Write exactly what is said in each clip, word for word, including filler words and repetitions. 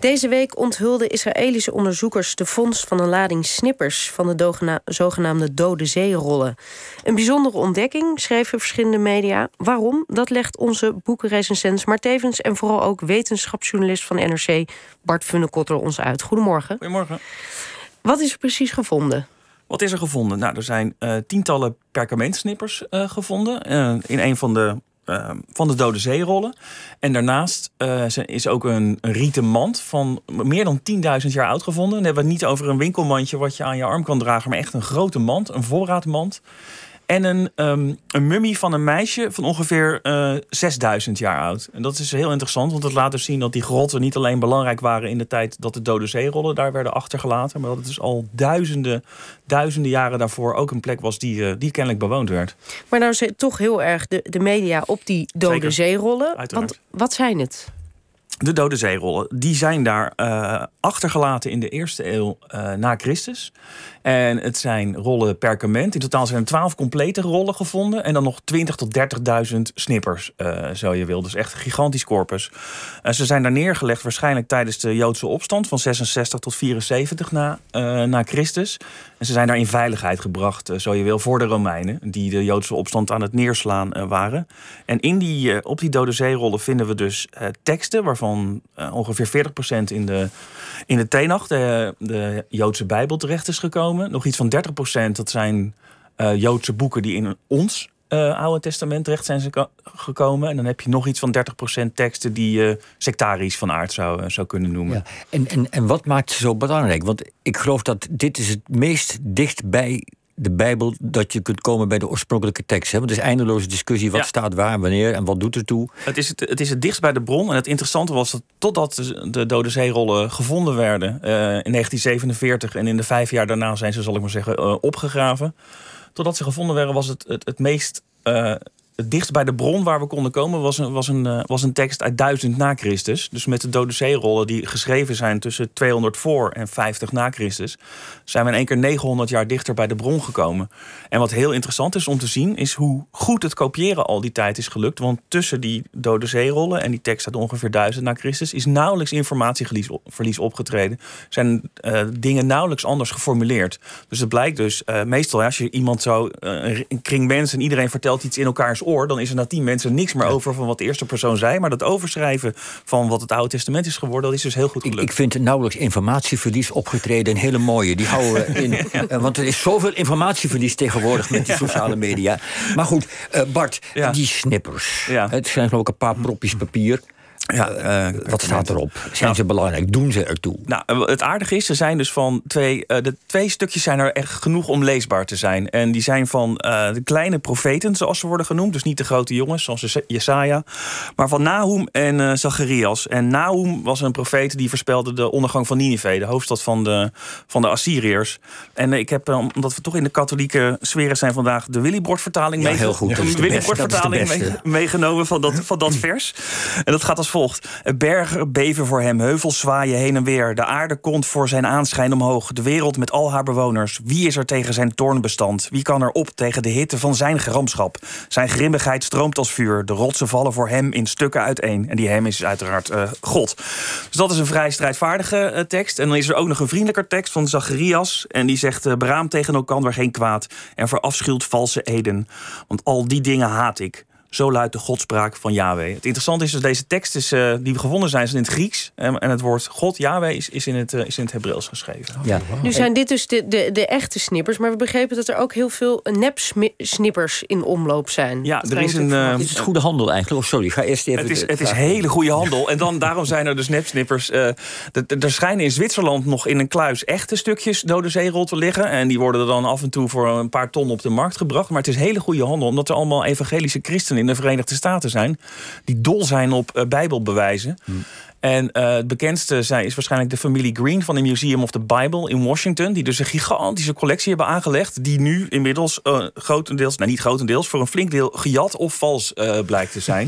Deze week onthulden Israëlische onderzoekers de vondst van een lading snippers van de dogena- zogenaamde Dode Zeerollen. Een bijzondere ontdekking, schreven verschillende media. Waarom? Dat legt onze boekenrecensent, maar tevens en vooral ook wetenschapsjournalist van N R C, Bart Funnekotter, ons uit. Goedemorgen. Goedemorgen. Wat is er precies gevonden? Wat is er gevonden? Nou, er zijn uh, tientallen perkamentsnippers uh, gevonden uh, in een van de Uh, van de Dode Zeerollen. En daarnaast uh, is ook een, een rieten mand van meer dan tienduizend jaar oud gevonden. Dan hebben we het niet over een winkelmandje wat je aan je arm kan dragen, maar echt een grote mand, een voorraadmand. En een, um, een mummie van een meisje van ongeveer uh, zesduizend jaar oud. En dat is heel interessant, want het laat dus zien dat die grotten niet alleen belangrijk waren in de tijd dat de Dode Zeerollen daar werden achtergelaten, maar dat het dus al duizenden, duizenden jaren daarvoor ook een plek was die, uh, die kennelijk bewoond werd. Maar nou zit toch heel erg de, de media op die Dode Zeker. Zeerollen. Uiteraard. Want wat zijn het? De Dode Zeerollen, die zijn daar uh, achtergelaten in de eerste eeuw uh, na Christus. En het zijn rollen perkament. In totaal zijn er twaalf complete rollen gevonden. En dan nog twintig tot dertigduizend snippers, uh, zo je wil. Dus echt een gigantisch corpus. Uh, ze zijn daar neergelegd waarschijnlijk tijdens de Joodse opstand van zesenzestig tot vierenzeventig na, uh, na Christus. En ze zijn daar in veiligheid gebracht, uh, zo je wil, voor de Romeinen, die de Joodse opstand aan het neerslaan uh, waren. En in die, uh, op die Dode Zeerollen vinden we dus uh, teksten waarvan uh, ongeveer veertig procent in de, in de Tenach, de, de Joodse Bijbel, terecht is gekomen. Nog iets van dertig procent, dat zijn uh, Joodse boeken die in ons uh, Oude Testament terecht zijn gekomen. En dan heb je nog iets van dertig procent teksten die je uh, sectarisch van aard zou, uh, zou kunnen noemen. Ja. En, en, en wat maakt ze zo belangrijk? Want ik geloof dat dit is het meest dicht bij de Bijbel dat je kunt komen bij de oorspronkelijke tekst. Hè? Want het is eindeloze discussie, wat ja. staat waar, wanneer en wat doet ertoe. Het is het, het is het dichtst bij de bron. En het interessante was dat totdat de, de Dode Zeerollen gevonden werden uh, in negentien zevenenveertig... en in de vijf jaar daarna zijn ze, zal ik maar zeggen, uh, opgegraven. Totdat ze gevonden werden was het het, het meest... Uh, Het dichtst bij de bron waar we konden komen was een, was een, uh, was een tekst uit duizend na Christus. Dus met de Dode Zeerollen die geschreven zijn tussen tweehonderd voor en vijftig na Christus... zijn we in één keer negenhonderd jaar dichter bij de bron gekomen. En wat heel interessant is om te zien is hoe goed het kopiëren al die tijd is gelukt. Want tussen die Dode Zeerollen en die tekst uit ongeveer duizend na Christus... is nauwelijks informatieverlies opgetreden. Zijn uh, dingen nauwelijks anders geformuleerd. Dus het blijkt dus, uh, meestal als je iemand zo, uh, een kring mensen... en iedereen vertelt iets in elkaars oor, dan is er na tien mensen niks meer over van wat de eerste persoon zei. Maar dat overschrijven van wat het Oude Testament is geworden, dat is dus heel goed gelukt. Ik, ik vind nauwelijks informatieverlies opgetreden een hele mooie. Die houden we in. ja. Want er is zoveel informatieverlies tegenwoordig met die sociale media. Maar goed, uh, Bart, ja. die snippers. Ja. Het zijn geloof ik een paar propjes papier. Ja, uh, wat staat erop? Zijn nou, ze belangrijk? Doen ze ertoe? Nou, het aardige is, ze zijn dus van twee... Uh, de twee stukjes zijn er echt genoeg om leesbaar te zijn. En die zijn van uh, de kleine profeten, zoals ze worden genoemd. Dus niet de grote jongens, zoals Jesaja. Maar van Nahum en uh, Zacharias. En Nahum was een profeet die voorspelde de ondergang van Ninive, de hoofdstad van de, van de Assyriërs. En uh, ik heb, uh, omdat we toch in de katholieke sferen zijn vandaag, de Willibrord-vertaling, ja, mee- heel goed, de Willibrord-vertaling mee- meegenomen van dat, van dat vers. En dat gaat als volgt. Bergen beven voor hem, heuvels zwaaien heen en weer. De aarde komt voor zijn aanschijn omhoog. De wereld met al haar bewoners. Wie is er tegen zijn toorn bestand? Wie kan er op tegen de hitte van zijn gramschap? Zijn grimmigheid stroomt als vuur. De rotsen vallen voor hem in stukken uiteen. En die hem is uiteraard uh, God. Dus dat is een vrij strijdvaardige uh, tekst. En dan is er ook nog een vriendelijker tekst van Zacharias. En die zegt, uh, beraam tegen elkander geen kwaad. En verafschuwt valse eden. Want al die dingen haat ik. Zo luidt de godspraak van Yahweh. Het interessante is dat deze tekst is, uh, die we gevonden zijn, zijn in het Grieks. En, en het woord God, Yahweh, is, is in het, uh, is in het Hebreeuws geschreven. Ja. Nu zijn dit dus de, de, de echte snippers. Maar we begrepen dat er ook heel veel nep-snippers in omloop zijn. Ja, er is een... Uh, is het goede handel eigenlijk? Oh, sorry, ga eerst even... Het is, het is hele goede handel. En dan, daarom zijn er dus nep-snippers. Uh, er schijnen in Zwitserland nog in een kluis echte stukjes Dode Zeerol te liggen. En die worden er dan af en toe voor een paar ton op de markt gebracht. Maar het is hele goede handel, omdat er allemaal evangelische christenen in de Verenigde Staten zijn, die dol zijn op uh, bijbelbewijzen. Hmm. En uh, het bekendste zijn, is waarschijnlijk de familie Green van de Museum of the Bible in Washington, die dus een gigantische collectie hebben aangelegd, die nu inmiddels uh, grotendeels, nou niet grotendeels, voor een flink deel gejat of vals uh, blijkt te zijn.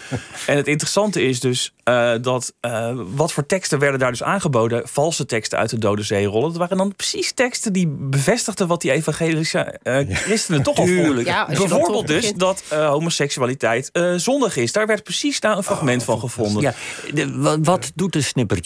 En het interessante is dus uh, dat uh, wat voor teksten werden daar dus aangeboden, valse teksten uit de Dode Zeerollen. Dat waren dan precies teksten die bevestigden wat die evangelische uh, christenen toch al vonden. Ja, bijvoorbeeld dus dat uh, homoseksualiteit uh, zondig is. Daar werd precies daar een fragment oh, van gevonden. Ja, de, wat, wat doet een snippertje?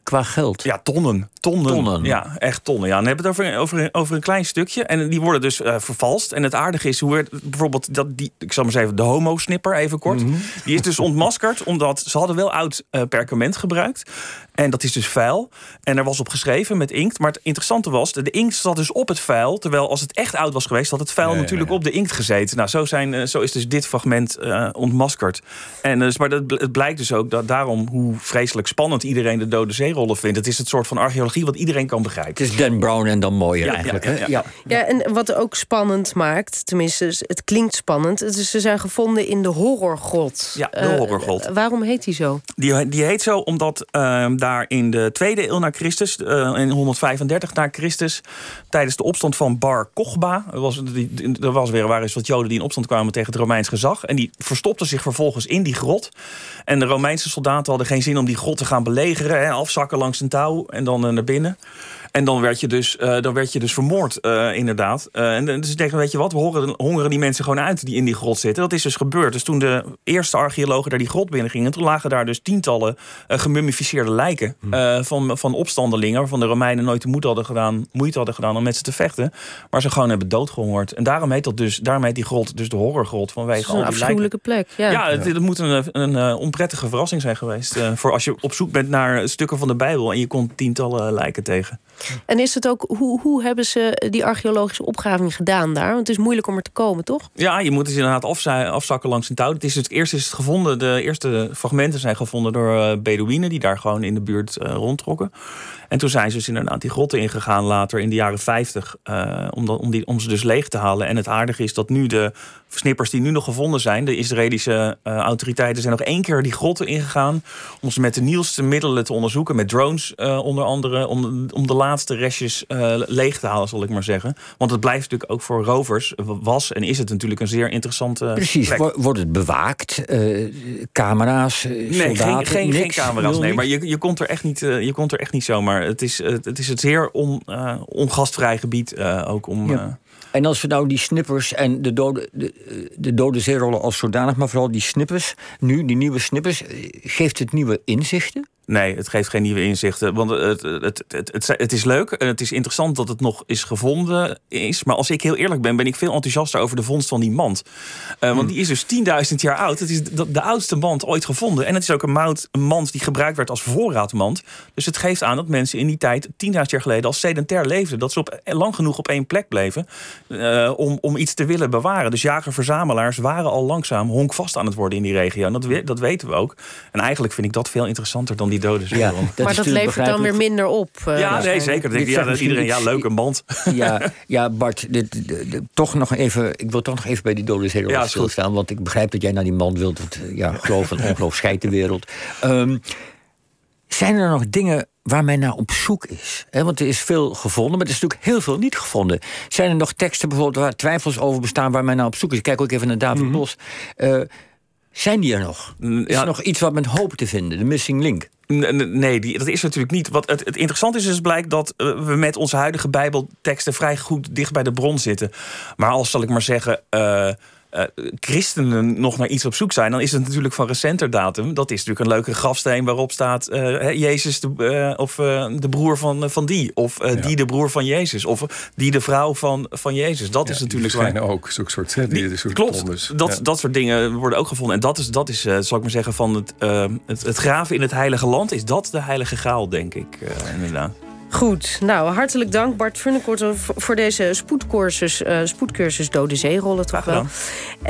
qua geld? Ja, tonnen. Tonnen. Tonnen. Ja, echt tonnen. Ja, dan hebben we het over, over, over een klein stukje. En die worden dus uh, vervalst. En het aardige is, hoe werd bijvoorbeeld dat die, ik zal maar eens even de homo-snipper, even kort. Mm-hmm. Die is dus ontmaskerd, omdat ze hadden wel oud uh, perkament gebruikt. En dat is dus vuil. En er was op geschreven met inkt. Maar het interessante was, de inkt zat dus op het vuil. Terwijl als het echt oud was geweest, had het vuil nee, natuurlijk nee, nee. op de inkt gezeten. Nou, zo, zijn, uh, zo is dus dit fragment uh, ontmaskerd. En, dus, maar dat, het blijkt dus ook dat daarom hoe vreselijk spannend iedereen de Dode Zeerollen vindt. Het is het soort van archeologie wat iedereen kan begrijpen. Het is Dan Brown en dan mooier ja, eigenlijk. Ja, ja, ja, ja. ja, en wat ook spannend maakt, tenminste, het klinkt spannend. Het is, ze zijn gevonden in de horrorgrot. Ja, de horrorgrot. Uh, waarom heet die zo? Die, die heet zo omdat uh, daar in de tweede eeuw na Christus, uh, in honderdvijfendertig na Christus, tijdens de opstand van Bar Kochba, er was, die, er was weer waren eens wat Joden die in opstand kwamen tegen het Romeins gezag. En die verstopten zich vervolgens in die grot. En de Romeinse soldaten hadden geen zin om die grot te gaan belegeren, hè, afzakken langs een touw en dan uh, naar binnen. En dan werd je dus, uh, dan werd je dus vermoord, uh, inderdaad. Uh, en dus denken, weet je wat, we horen, hongeren die mensen gewoon uit die in die grot zitten. Dat is dus gebeurd. Dus toen de eerste archeologen daar die grot binnen gingen, toen lagen daar dus tientallen uh, gemummificeerde lijken uh, van, van opstandelingen, waarvan de Romeinen nooit de moed hadden gedaan, moeite hadden gedaan om met ze te vechten, maar ze gewoon hebben doodgehongerd. En daarom heet dat dus, daarom heet die grot dus de horrorgrot vanwege al die lijken. Een afschuwelijke plek. Ja, ja het, het moet een, een, een onprettige verrassing zijn geweest. Uh, voor als je op zoek bent naar stukken van de Bijbel en je komt tientallen lijken tegen. En is het ook, hoe, hoe hebben ze die archeologische opgraving gedaan daar? Want het is moeilijk om er te komen, toch? Ja, je moet dus inderdaad afza- afzakken langs een touw. Het is dus, eerst is het gevonden, de eerste fragmenten zijn gevonden door uh, Bedouinen die daar gewoon in de buurt uh, rondtrokken. En toen zijn ze dus inderdaad die grotten ingegaan later in de jaren vijftig, uh, om, dat, om, die, om ze dus leeg te halen. En het aardige is dat nu de snippers die nu nog gevonden zijn, de Israëlische uh, autoriteiten zijn nog één keer die grotten ingegaan om ze met de nieuwste middelen te onderzoeken, met drones uh, onder andere, om, om de laatste restjes uh, leeg te halen, zal ik maar zeggen. Want het blijft natuurlijk ook voor rovers, was en is het natuurlijk een zeer interessante Precies, plek. Wordt het bewaakt? Uh, camera's, uh, nee, soldaten? Geen, geen, niks, geen camera's, nee, maar je, je, komt er echt niet, uh, je komt er echt niet zomaar. Het is, uh, het is het zeer on, uh, ongastvrij gebied uh, ook om... Ja. Uh, En als we nou die snippers en de dode, de, de dode zeerollen als zodanig, maar vooral die snippers, nu, die nieuwe snippers, geeft het nieuwe inzichten? Nee, het geeft geen nieuwe inzichten. Want het, het, het, het, het is leuk en het is interessant dat het nog is gevonden is. Maar als ik heel eerlijk ben, ben ik veel enthousiaster over de vondst van die mand. Uh, want die is dus tienduizend jaar oud. Het is de, de oudste mand ooit gevonden. En het is ook een, mout, een mand die gebruikt werd als voorraadmand. Dus het geeft aan dat mensen in die tijd, tienduizend jaar geleden, als sedentair leefden. Dat ze op, lang genoeg op één plek bleven uh, om, om iets te willen bewaren. Dus jager-verzamelaars waren al langzaam honkvast aan het worden in die regio. En dat, we, dat weten we ook. En eigenlijk vind ik dat veel interessanter dan die dode ja, dat maar dat levert dan weer minder op. Uh, ja, nee, zeker. Denk, ja, dat iedereen, ja, leuke band. Ja, ja Bart, dit, dit, dit, toch nog even, ik wil toch nog even bij die dode zeerollen ja, stilstaan. Want ik begrijp dat jij naar die man wilt. Want, ja, geloof en ongeloof scheidt de wereld. Um, zijn er nog dingen waar men naar op zoek is? He, want er is veel gevonden, maar er is natuurlijk heel veel niet gevonden. Zijn er nog teksten bijvoorbeeld waar twijfels over bestaan waar men naar op zoek is? Ik kijk ook even naar David mm-hmm. Bos. Uh, zijn die er nog? Is ja. er nog iets wat men hoopt te vinden? De missing link? Nee, die, dat is natuurlijk niet. Wat het, het interessante is dus blijkt dat uh, we met onze huidige bijbelteksten vrij goed dicht bij de bron zitten. Maar als, zal ik maar zeggen, Uh, Uh, christenen nog naar iets op zoek zijn, dan is het natuurlijk van recenter datum. Dat is natuurlijk een leuke grafsteen waarop staat uh, Jezus de, uh, of uh, de broer van, van die. Of uh, ja. die de broer van Jezus. Of die de vrouw van, van Jezus. Dat ja, is natuurlijk die waar... ook zo'n soort, hè, die, die soort klopt, tondes. dat, ja. dat soort dingen worden ook gevonden. En dat is, dat is uh, zal ik maar zeggen, van het, uh, het, het graven in het heilige land. Is dat de heilige graal, denk ik, uh, inderdaad. Goed, nou, hartelijk dank Bart Funnekotter voor deze spoedcursus, uh, spoedcursus Dode Zeerollen. Toch wel.